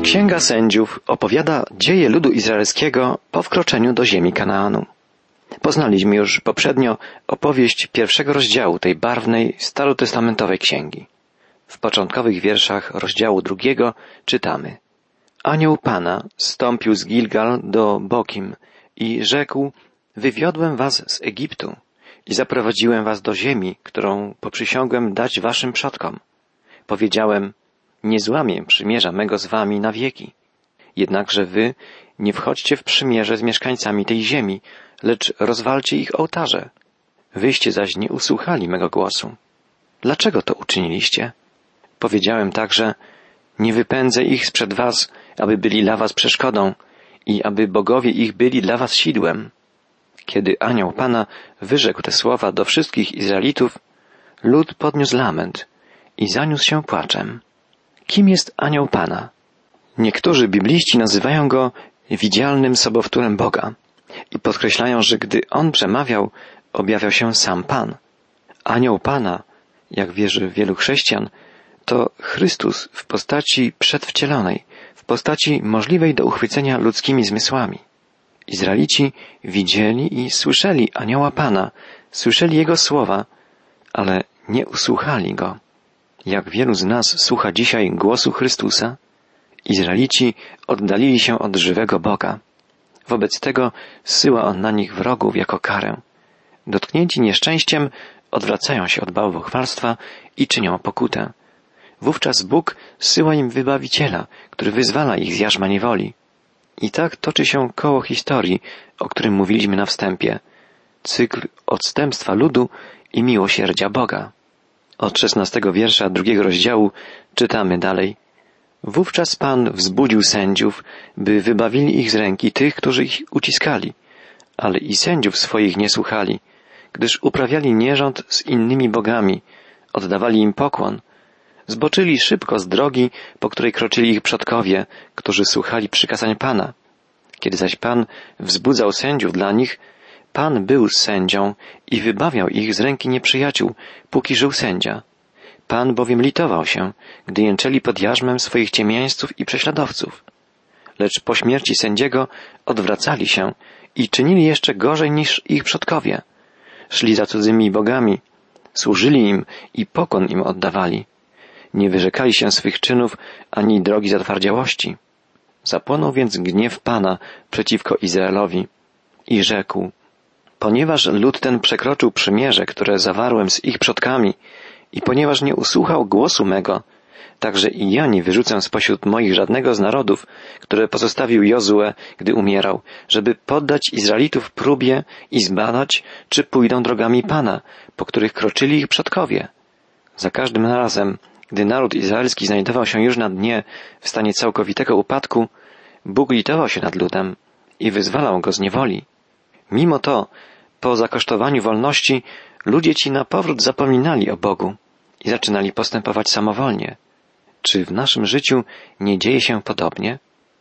Księga Sędziów opowiada dzieje ludu izraelskiego po wkroczeniu do ziemi Kanaanu. Poznaliśmy już poprzednio opowieść pierwszego rozdziału tej barwnej, starotestamentowej księgi. W początkowych wierszach rozdziału drugiego czytamy: Anioł Pana zstąpił z Gilgal do Bokim i rzekł: Wywiodłem was z Egiptu i zaprowadziłem was do ziemi, którą poprzysiągłem dać waszym przodkom. Powiedziałem: nie złamię przymierza mego z wami na wieki. Jednakże wy nie wchodźcie w przymierze z mieszkańcami tej ziemi, lecz rozwalcie ich ołtarze. Wyście zaś nie usłuchali mego głosu. Dlaczego to uczyniliście? Powiedziałem także: nie wypędzę ich sprzed was, aby byli dla was przeszkodą i aby bogowie ich byli dla was sidłem. Kiedy anioł Pana wyrzekł te słowa do wszystkich Izraelitów, lud podniósł lament i zaniósł się płaczem. Kim jest anioł Pana? Niektórzy bibliści nazywają go widzialnym sobowtórem Boga i podkreślają, że gdy on przemawiał, objawiał się sam Pan. Anioł Pana, jak wierzy wielu chrześcijan, to Chrystus w postaci przedwcielonej, w postaci możliwej do uchwycenia ludzkimi zmysłami. Izraelici widzieli i słyszeli anioła Pana, słyszeli Jego słowa, ale nie usłuchali Go. Jak wielu z nas słucha dzisiaj głosu Chrystusa? Izraelici oddalili się od żywego Boga. Wobec tego zsyła On na nich wrogów jako karę. Dotknięci nieszczęściem odwracają się od bałwochwalstwa i czynią pokutę. Wówczas Bóg zsyła im wybawiciela, który wyzwala ich z jarzma niewoli. I tak toczy się koło historii, o którym mówiliśmy na wstępie. Cykl odstępstwa ludu i miłosierdzia Boga. Od 16 wiersza 2 rozdziału czytamy dalej. Wówczas Pan wzbudził sędziów, by wybawili ich z ręki tych, którzy ich uciskali, ale i sędziów swoich nie słuchali, gdyż uprawiali nierząd z innymi bogami, oddawali im pokłon, zboczyli szybko z drogi, po której kroczyli ich przodkowie, którzy słuchali przykazań Pana. Kiedy zaś Pan wzbudzał sędziów dla nich, Pan był sędzią i wybawiał ich z ręki nieprzyjaciół, póki żył sędzia. Pan bowiem litował się, gdy jęczeli pod jarzmem swoich ciemiężców i prześladowców. Lecz po śmierci sędziego odwracali się i czynili jeszcze gorzej niż ich przodkowie. Szli za cudzymi bogami, służyli im i pokłon im oddawali. Nie wyrzekali się swych czynów ani drogi zatwardziałości. Zapłonął więc gniew Pana przeciwko Izraelowi i rzekł: ponieważ lud ten przekroczył przymierze, które zawarłem z ich przodkami i ponieważ nie usłuchał głosu mego, także i ja nie wyrzucę spośród moich żadnego z narodów, które pozostawił Jozue, gdy umierał, żeby poddać Izraelitów próbie i zbadać, czy pójdą drogami Pana, po których kroczyli ich przodkowie. Za każdym razem, gdy naród izraelski znajdował się już na dnie, w stanie całkowitego upadku, Bóg litował się nad ludem i wyzwalał go z niewoli. Mimo to, po zakosztowaniu wolności, ludzie ci na powrót zapominali o Bogu i zaczynali postępować samowolnie. Czy w naszym życiu nie dzieje się podobnie?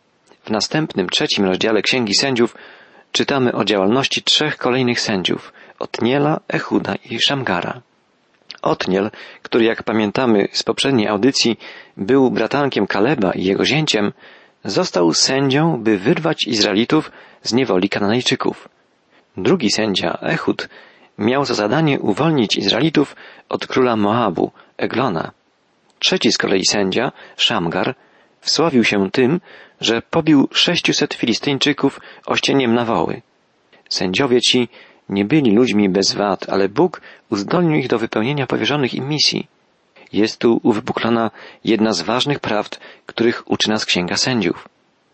W następnym, 3 rozdziale Księgi Sędziów czytamy o działalności 3 kolejnych sędziów: Otniela, Ehuda i Szamgara. Otniel, który, jak pamiętamy z poprzedniej audycji, był bratankiem Kaleba i jego zięciem, został sędzią, by wyrwać Izraelitów z niewoli Kananejczyków. Drugi sędzia, Ehud, miał za zadanie uwolnić Izraelitów od króla Moabu, Eglona. Trzeci z kolei sędzia, Szamgar, wsławił się tym, że pobił 600 Filistyńczyków ościeniem na woły. Sędziowie ci nie byli ludźmi bez wad, ale Bóg uzdolnił ich do wypełnienia powierzonych im misji. Jest tu uwypuklona jedna z ważnych prawd, których uczy nas Księga Sędziów.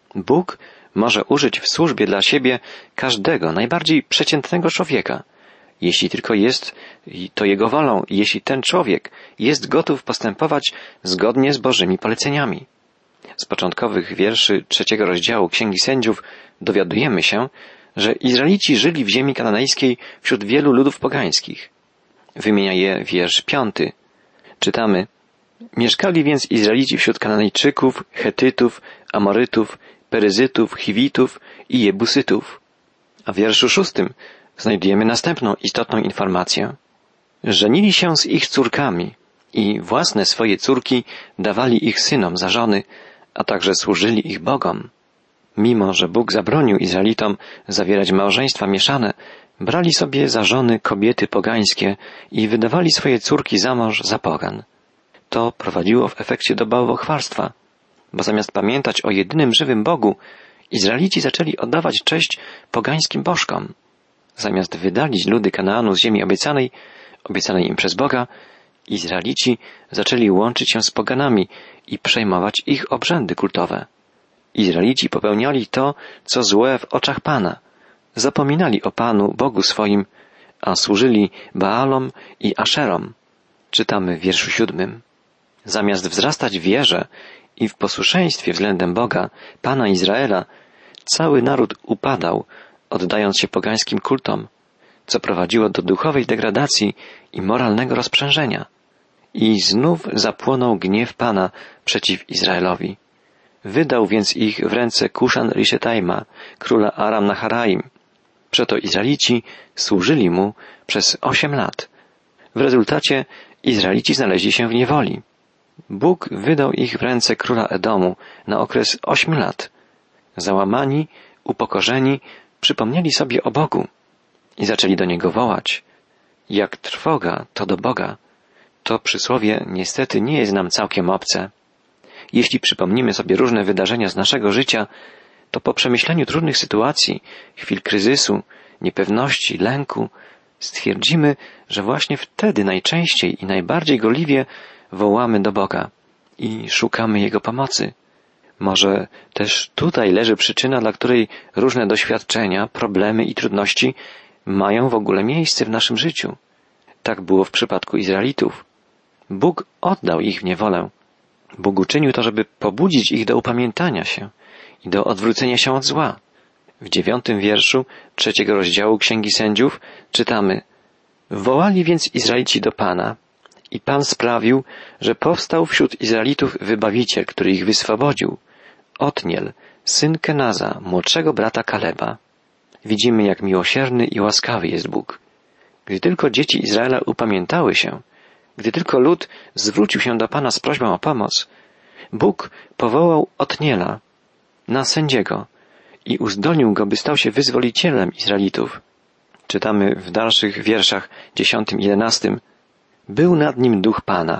Bóg może użyć w służbie dla siebie każdego, najbardziej przeciętnego człowieka, jeśli tylko jest to Jego wolą, jeśli ten człowiek jest gotów postępować zgodnie z Bożymi poleceniami. Z początkowych wierszy 3 rozdziału Księgi Sędziów dowiadujemy się, że Izraelici żyli w ziemi kananejskiej wśród wielu ludów pogańskich. Wymienia je wiersz 5. Czytamy: mieszkali więc Izraelici wśród Kananejczyków, Chetytów, Amorytów, Peryzytów, Chiwitów i Jebusytów. A w wierszu 6 znajdujemy następną istotną informację. Żenili się z ich córkami i własne swoje córki dawali ich synom za żony, a także służyli ich bogom. Mimo że Bóg zabronił Izraelitom zawierać małżeństwa mieszane, brali sobie za żony kobiety pogańskie i wydawali swoje córki za mąż za pogan. To prowadziło w efekcie do bałwochwalstwa, bo zamiast pamiętać o jedynym żywym Bogu, Izraelici zaczęli oddawać cześć pogańskim bożkom. Zamiast wydalić ludy Kanaanu z ziemi obiecanej im przez Boga, Izraelici zaczęli łączyć się z poganami i przejmować ich obrzędy kultowe. Izraelici popełniali to, co złe w oczach Pana. Zapominali o Panu, Bogu swoim, a służyli Baalom i Aszerom. Czytamy w wierszu 7. Zamiast wzrastać w wierze i w posłuszeństwie względem Boga, Pana Izraela, cały naród upadał, oddając się pogańskim kultom, co prowadziło do duchowej degradacji i moralnego rozprzężenia. I znów zapłonął gniew Pana przeciw Izraelowi. Wydał więc ich w ręce Kuszan-Riszetajma, króla Aram-Naharaim. Przeto Izraelici służyli mu przez 8 lat. W rezultacie Izraelici znaleźli się w niewoli. Bóg wydał ich w ręce króla Edomu na okres 8 lat. Załamani, upokorzeni, przypomnieli sobie o Bogu i zaczęli do Niego wołać. Jak trwoga, to do Boga. To przysłowie niestety nie jest nam całkiem obce. Jeśli przypomnimy sobie różne wydarzenia z naszego życia, to po przemyśleniu trudnych sytuacji, chwil kryzysu, niepewności, lęku, stwierdzimy, że właśnie wtedy najczęściej i najbardziej gorliwie wołamy do Boga i szukamy Jego pomocy. Może też tutaj leży przyczyna, dla której różne doświadczenia, problemy i trudności mają w ogóle miejsce w naszym życiu. Tak było w przypadku Izraelitów. Bóg oddał ich w niewolę. Bóg uczynił to, żeby pobudzić ich do upamiętania się i do odwrócenia się od zła. W 9 wierszu 3 rozdziału Księgi Sędziów czytamy: Wołali więc Izraelici do Pana i Pan sprawił, że powstał wśród Izraelitów wybawiciel, który ich wyswobodził, Otniel, syn Kenaza, młodszego brata Kaleba. Widzimy, jak miłosierny i łaskawy jest Bóg. Gdy tylko dzieci Izraela upamiętały się, gdy tylko lud zwrócił się do Pana z prośbą o pomoc, Bóg powołał Otniela na sędziego i uzdolnił go, by stał się wyzwolicielem Izraelitów. Czytamy w dalszych wierszach 10 i 11. Był nad nim duch Pana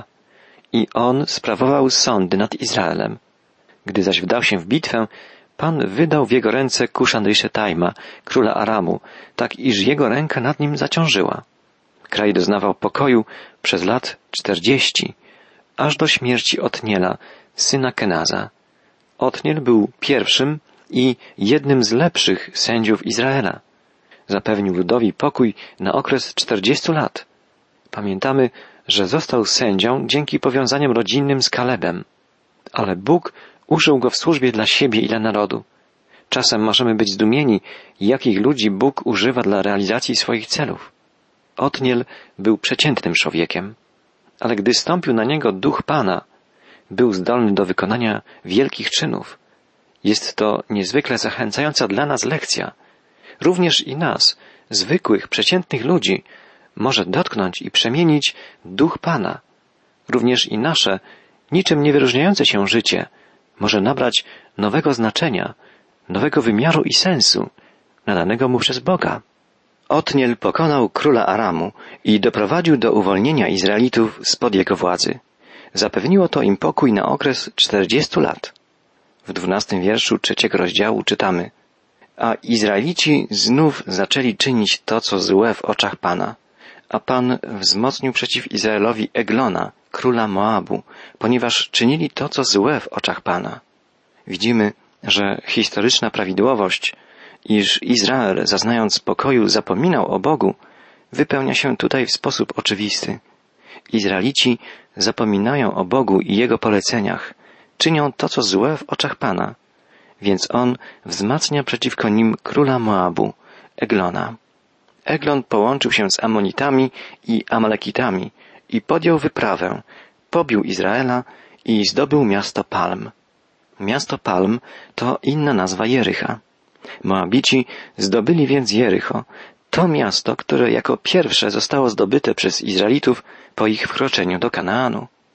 i on sprawował sądy nad Izraelem. Gdy zaś wdał się w bitwę, Pan wydał w jego ręce Kuszan-Riszetajma, króla Aramu, tak iż jego ręka nad nim zaciążyła. Kraj doznawał pokoju przez lat 40, aż do śmierci Otniela, syna Kenaza. Otniel był pierwszym i jednym z lepszych sędziów Izraela. Zapewnił ludowi pokój na okres 40 lat. Pamiętamy, że został sędzią dzięki powiązaniom rodzinnym z Kalebem. Ale Bóg użył go w służbie dla siebie i dla narodu. Czasem możemy być zdumieni, jakich ludzi Bóg używa dla realizacji swoich celów. Otniel był przeciętnym człowiekiem, ale gdy stąpił na niego duch Pana, był zdolny do wykonania wielkich czynów. Jest to niezwykle zachęcająca dla nas lekcja. Również i nas, zwykłych, przeciętnych ludzi, może dotknąć i przemienić duch Pana. Również i nasze, niczym nie wyróżniające się życie, może nabrać nowego znaczenia, nowego wymiaru i sensu, nadanego mu przez Boga. Otniel pokonał króla Aramu i doprowadził do uwolnienia Izraelitów spod jego władzy. Zapewniło to im pokój na okres 40 lat. W 12 wierszu 3 rozdziału czytamy: A Izraelici znów zaczęli czynić to, co złe w oczach Pana. A Pan wzmocnił przeciw Izraelowi Eglona, króla Moabu, ponieważ czynili to, co złe w oczach Pana. Widzimy, że historyczna prawidłowość, iż Izrael, zaznając pokoju, zapominał o Bogu, wypełnia się tutaj w sposób oczywisty. Izraelici zapominają o Bogu i Jego poleceniach, czynią to, co złe w oczach Pana, więc On wzmacnia przeciwko nim króla Moabu, Eglona. Eglon połączył się z Amonitami i Amalekitami i podjął wyprawę, pobił Izraela i zdobył miasto Palm. Miasto Palm to inna nazwa Jericha. Moabici zdobyli więc Jericho, to miasto, które jako pierwsze zostało zdobyte przez Izraelitów po ich wkroczeniu do Kanaanu.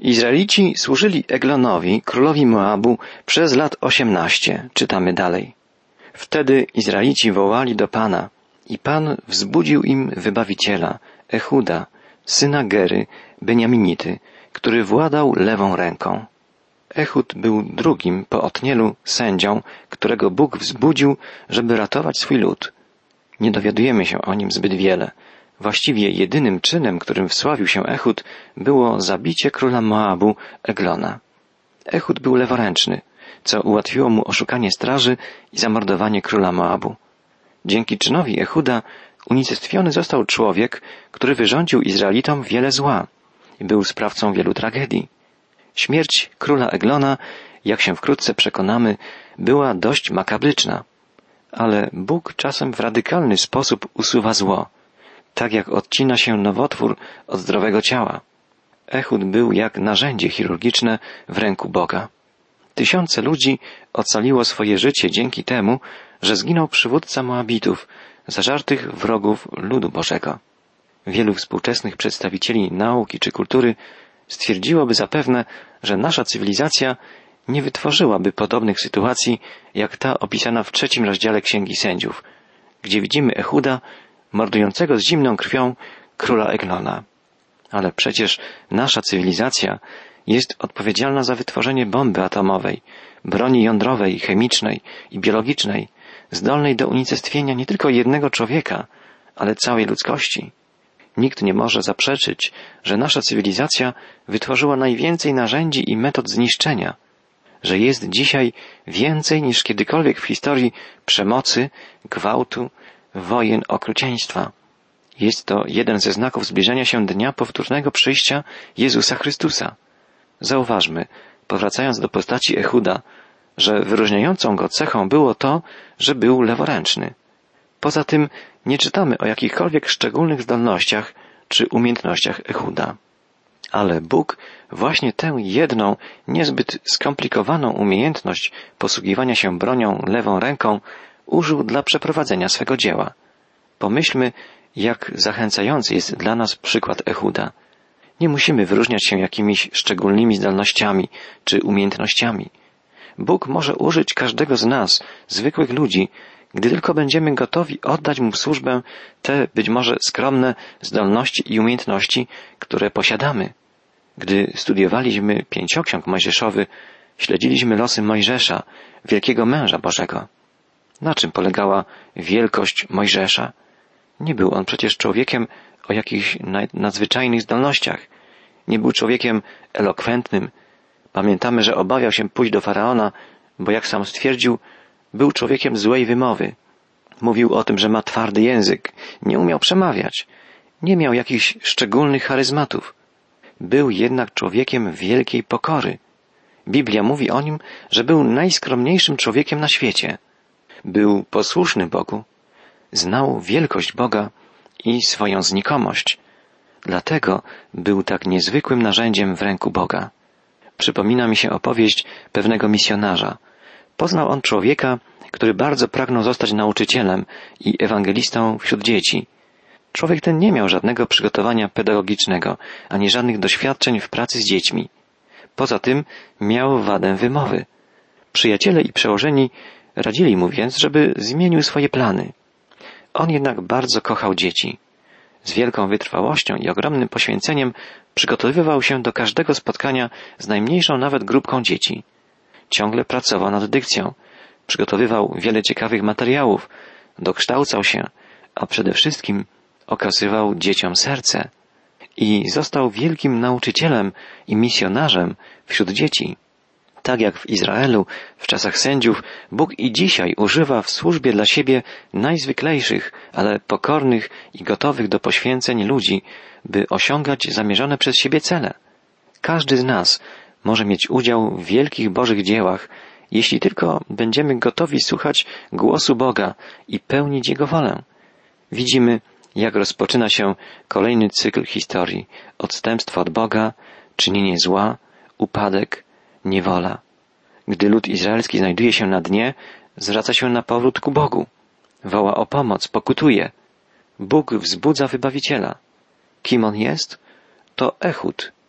Izraelici służyli Eglonowi, królowi Moabu, przez lat 18, czytamy dalej. Wtedy Izraelici wołali do Pana i Pan wzbudził im wybawiciela, Ehuda, syna Gery, Beniaminity, który władał lewą ręką. Ehud był drugim po Otnielu sędzią, którego Bóg wzbudził, żeby ratować swój lud. Nie dowiadujemy się o nim zbyt wiele. Właściwie jedynym czynem, którym wsławił się Ehud, było zabicie króla Moabu, Eglona. Ehud był leworęczny, co ułatwiło mu oszukanie straży i zamordowanie króla Moabu. Dzięki czynowi Ehuda unicestwiony został człowiek, który wyrządził Izraelitom wiele zła i był sprawcą wielu tragedii. Śmierć króla Eglona, jak się wkrótce przekonamy, była dość makabryczna, ale Bóg czasem w radykalny sposób usuwa zło, tak jak odcina się nowotwór od zdrowego ciała. Ehud był jak narzędzie chirurgiczne w ręku Boga. Tysiące ludzi ocaliło swoje życie dzięki temu, że zginął przywódca Moabitów, zażartych wrogów ludu Bożego. Wielu współczesnych przedstawicieli nauki czy kultury stwierdziłoby zapewne, że nasza cywilizacja nie wytworzyłaby podobnych sytuacji, jak ta opisana w 3 rozdziale Księgi Sędziów, gdzie widzimy Ehuda mordującego z zimną krwią króla Eglona. Ale przecież nasza cywilizacja jest odpowiedzialna za wytworzenie bomby atomowej, broni jądrowej, chemicznej i biologicznej, zdolnej do unicestwienia nie tylko jednego człowieka, ale całej ludzkości. Nikt nie może zaprzeczyć, że nasza cywilizacja wytworzyła najwięcej narzędzi i metod zniszczenia, że jest dzisiaj więcej niż kiedykolwiek w historii przemocy, gwałtu, wojen, okrucieństwa. Jest to jeden ze znaków zbliżenia się dnia powtórnego przyjścia Jezusa Chrystusa. Zauważmy, powracając do postaci Ehuda, że wyróżniającą go cechą było to, że był leworęczny. Poza tym nie czytamy o jakichkolwiek szczególnych zdolnościach czy umiejętnościach Ehuda. Ale Bóg właśnie tę jedną, niezbyt skomplikowaną umiejętność posługiwania się bronią lewą ręką użył dla przeprowadzenia swego dzieła. Pomyślmy, jak zachęcający jest dla nas przykład Ehuda. Nie musimy wyróżniać się jakimiś szczególnymi zdolnościami czy umiejętnościami. Bóg może użyć każdego z nas, zwykłych ludzi, gdy tylko będziemy gotowi oddać Mu w służbę te być może skromne zdolności i umiejętności, które posiadamy. Gdy studiowaliśmy Pięcioksiąg Mojżeszowy, śledziliśmy losy Mojżesza, wielkiego męża Bożego. Na czym polegała wielkość Mojżesza? Nie był on przecież człowiekiem o jakichś nadzwyczajnych zdolnościach. Nie był człowiekiem elokwentnym. Pamiętamy, że obawiał się pójść do Faraona, bo jak sam stwierdził, był człowiekiem złej wymowy. Mówił o tym, że ma twardy język, nie umiał przemawiać, nie miał jakichś szczególnych charyzmatów. Był jednak człowiekiem wielkiej pokory. Biblia mówi o nim, że był najskromniejszym człowiekiem na świecie. Był posłuszny Bogu, znał wielkość Boga i swoją znikomość. Dlatego był tak niezwykłym narzędziem w ręku Boga. Przypomina mi się opowieść pewnego misjonarza. Poznał on człowieka, który bardzo pragnął zostać nauczycielem i ewangelistą wśród dzieci. Człowiek ten nie miał żadnego przygotowania pedagogicznego, ani żadnych doświadczeń w pracy z dziećmi. Poza tym miał wadę wymowy. Przyjaciele i przełożeni radzili mu więc, żeby zmienił swoje plany. On jednak bardzo kochał dzieci. Z wielką wytrwałością i ogromnym poświęceniem przygotowywał się do każdego spotkania z najmniejszą nawet grupką dzieci. Ciągle pracował nad dykcją, przygotowywał wiele ciekawych materiałów, dokształcał się, a przede wszystkim okazywał dzieciom serce i został wielkim nauczycielem i misjonarzem wśród dzieci. Tak jak w Izraelu, w czasach sędziów, Bóg i dzisiaj używa w służbie dla siebie najzwyklejszych, ale pokornych i gotowych do poświęceń ludzi, by osiągać zamierzone przez siebie cele. Każdy z nas może mieć udział w wielkich Bożych dziełach, jeśli tylko będziemy gotowi słuchać głosu Boga i pełnić Jego wolę. Widzimy, jak rozpoczyna się kolejny cykl historii. Odstępstwo od Boga, czynienie zła, upadek, niewola. Gdy lud izraelski znajduje się na dnie, zwraca się na powrót ku Bogu. Woła o pomoc, pokutuje. Bóg wzbudza wybawiciela. Kim on jest? To Ehud.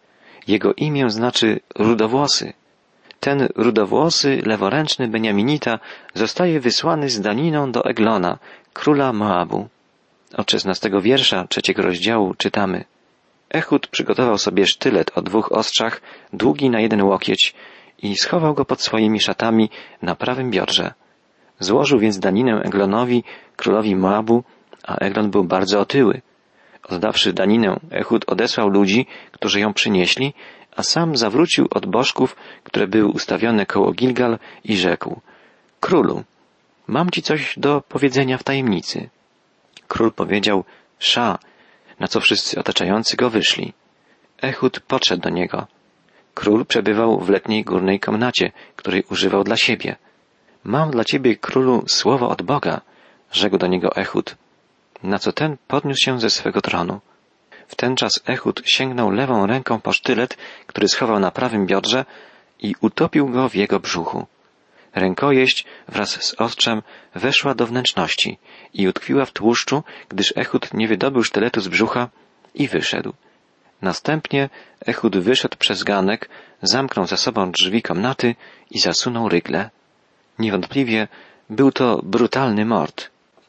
Jego imię znaczy rudowłosy. Ten rudowłosy, leworęczny Beniaminita zostaje wysłany z daniną do Eglona, króla Moabu. Od 16 wiersza 3 rozdziału czytamy: Ehud przygotował sobie sztylet o 2 ostrzach, długi na 1 łokieć i schował go pod swoimi szatami na prawym biodrze. Złożył więc daninę Eglonowi, królowi Moabu, a Eglon był bardzo otyły. Oddawszy daninę, Ehud odesłał ludzi, którzy ją przynieśli, a sam zawrócił od bożków, które były ustawione koło Gilgal i rzekł: Królu, mam ci coś do powiedzenia w tajemnicy. Król powiedział: Sza, na co wszyscy otaczający go wyszli. Ehud podszedł do niego. Król przebywał w letniej górnej komnacie, której używał dla siebie. Mam dla ciebie, królu, słowo od Boga, rzekł do niego Ehud. Na co ten podniósł się ze swego tronu. W ten czas Ehud sięgnął lewą ręką po sztylet, który schował na prawym biodrze, i utopił go w jego brzuchu. Rękojeść wraz z ostrzem weszła do wnętrzności i utkwiła w tłuszczu, gdyż Ehud nie wydobył sztyletu z brzucha i wyszedł. Następnie Ehud wyszedł przez ganek, zamknął za sobą drzwi komnaty i zasunął rygle. Niewątpliwie był to brutalny mord.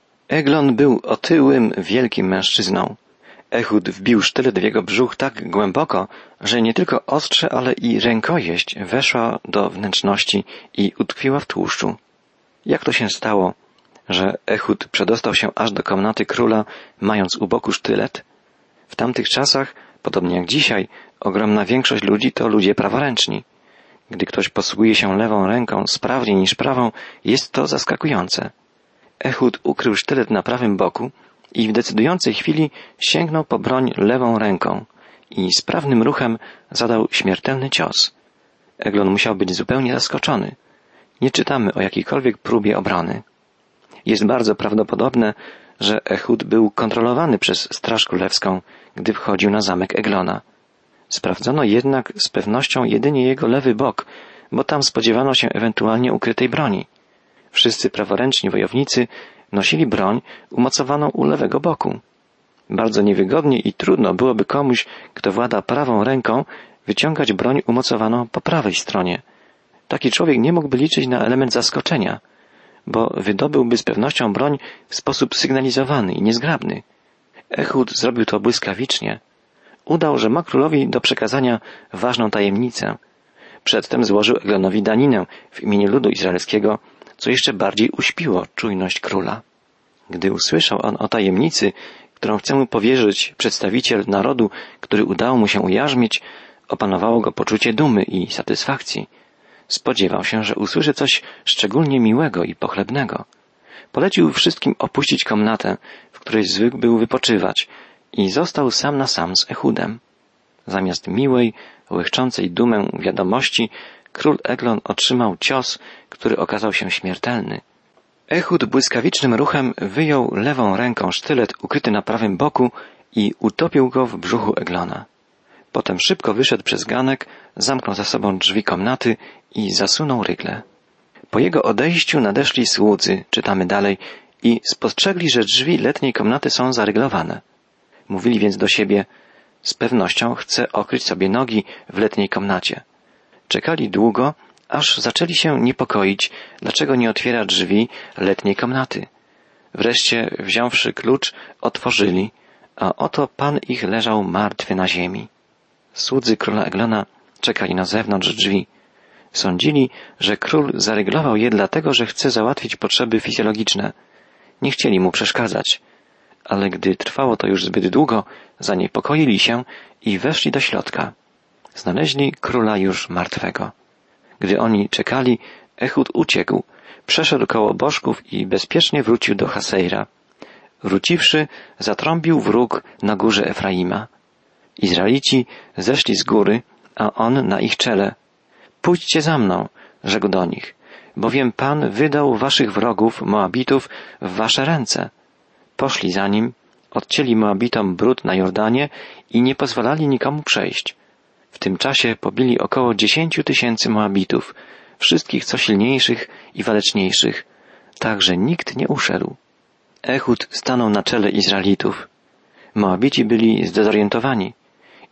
Eglon był otyłym, wielkim mężczyzną. Ehud wbił sztylet w jego brzuch tak głęboko, że nie tylko ostrze, ale i rękojeść weszła do wnętrzności i utkwiła w tłuszczu. Jak to się stało, że Ehud przedostał się aż do komnaty króla, mając u boku sztylet? W tamtych czasach, podobnie jak dzisiaj, ogromna większość ludzi to ludzie praworęczni. Gdy ktoś posługuje się lewą ręką sprawniej niż prawą, jest to zaskakujące. Ehud ukrył sztylet na prawym boku i w decydującej chwili sięgnął po broń lewą ręką i sprawnym ruchem zadał śmiertelny cios. Eglon musiał być zupełnie zaskoczony. Nie czytamy o jakiejkolwiek próbie obrony. Jest bardzo prawdopodobne, że Ehud był kontrolowany przez Straż Królewską, gdy wchodził na zamek Eglona. Sprawdzono jednak z pewnością jedynie jego lewy bok, bo tam spodziewano się ewentualnie ukrytej broni. Wszyscy praworęczni wojownicy nosili broń umocowaną u lewego boku. Bardzo niewygodnie i trudno byłoby komuś, kto włada prawą ręką, wyciągać broń umocowaną po prawej stronie. Taki człowiek nie mógłby liczyć na element zaskoczenia, bo wydobyłby z pewnością broń w sposób sygnalizowany i niezgrabny. Ehud zrobił to błyskawicznie. Udał, że ma królowi do przekazania ważną tajemnicę. Przedtem złożył Eglonowi daninę w imieniu ludu izraelskiego, co jeszcze bardziej uśpiło czujność króla. Gdy usłyszał on o tajemnicy, którą chce mu powierzyć przedstawiciel narodu, który udało mu się ujarzmić, opanowało go poczucie dumy i satysfakcji. Spodziewał się, że usłyszy coś szczególnie miłego i pochlebnego. Polecił wszystkim opuścić komnatę, w której zwykł był wypoczywać, i został sam na sam z Ehudem. Zamiast miłej, łechczącej dumę wiadomości, król Eglon otrzymał cios, który okazał się śmiertelny. Ehud błyskawicznym ruchem wyjął lewą ręką sztylet ukryty na prawym boku i utopił go w brzuchu Eglona. Potem szybko wyszedł przez ganek, zamknął za sobą drzwi komnaty i zasunął rygle. Po jego odejściu nadeszli słudzy, czytamy dalej, i spostrzegli, że drzwi letniej komnaty są zaryglowane. Mówili więc do siebie: z pewnością chce okryć sobie nogi w letniej komnacie. Czekali długo, aż zaczęli się niepokoić, dlaczego nie otwiera drzwi letniej komnaty. Wreszcie, wziąwszy klucz, otworzyli, a oto pan ich leżał martwy na ziemi. Słudzy króla Eglona czekali na zewnątrz drzwi. Sądzili, że król zaryglował je dlatego, że chce załatwić potrzeby fizjologiczne. Nie chcieli mu przeszkadzać. Ale gdy trwało to już zbyt długo, zaniepokoili się i weszli do środka. Znaleźli króla już martwego. Gdy oni czekali, Ehud uciekł, przeszedł koło bożków i bezpiecznie wrócił do Haseira. Wróciwszy, zatrąbił wróg na górze Efraima. Izraelici zeszli z góry, a on na ich czele. Pójdźcie za mną, rzekł do nich, bowiem Pan wydał waszych wrogów, Moabitów, w wasze ręce. Poszli za nim, odcięli Moabitom bród na Jordanie i nie pozwalali nikomu przejść. W tym czasie pobili około 10 000 Moabitów, wszystkich co silniejszych i waleczniejszych, tak że nikt nie uszedł. Ehud stanął na czele Izraelitów. Moabici byli zdezorientowani.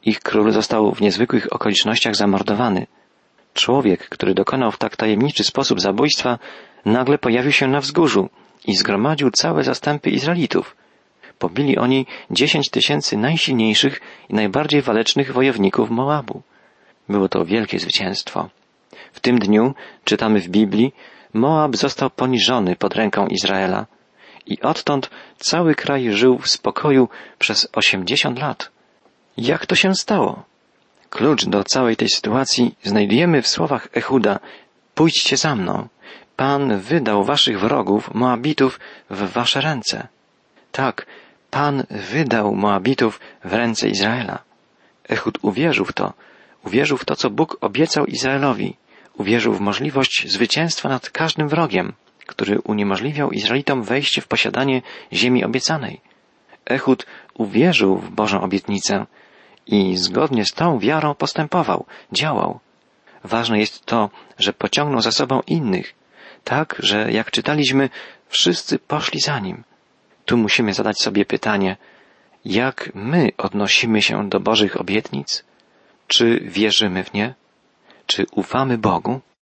Ich król został w niezwykłych okolicznościach zamordowany. Człowiek, który dokonał w tak tajemniczy sposób zabójstwa, nagle pojawił się na wzgórzu i zgromadził całe zastępy Izraelitów. Pobili oni 10 000 najsilniejszych i najbardziej walecznych wojowników Moabu. Było to wielkie zwycięstwo. W tym dniu, czytamy w Biblii, Moab został poniżony pod ręką Izraela i odtąd cały kraj żył w spokoju przez 80 lat. Jak to się stało? Klucz do całej tej sytuacji znajdujemy w słowach Ehuda: pójdźcie za mną. Pan wydał waszych wrogów, Moabitów, w wasze ręce. Tak, Pan wydał Moabitów w ręce Izraela. Ehud uwierzył w to, co Bóg obiecał Izraelowi. Uwierzył w możliwość zwycięstwa nad każdym wrogiem, który uniemożliwiał Izraelitom wejście w posiadanie ziemi obiecanej. Ehud uwierzył w Bożą obietnicę i zgodnie z tą wiarą postępował, działał. Ważne jest to, że pociągnął za sobą innych, tak, że jak czytaliśmy, wszyscy poszli za nim. Tu musimy zadać sobie pytanie, jak my odnosimy się do Bożych obietnic? Czy wierzymy w nie? Czy ufamy Bogu?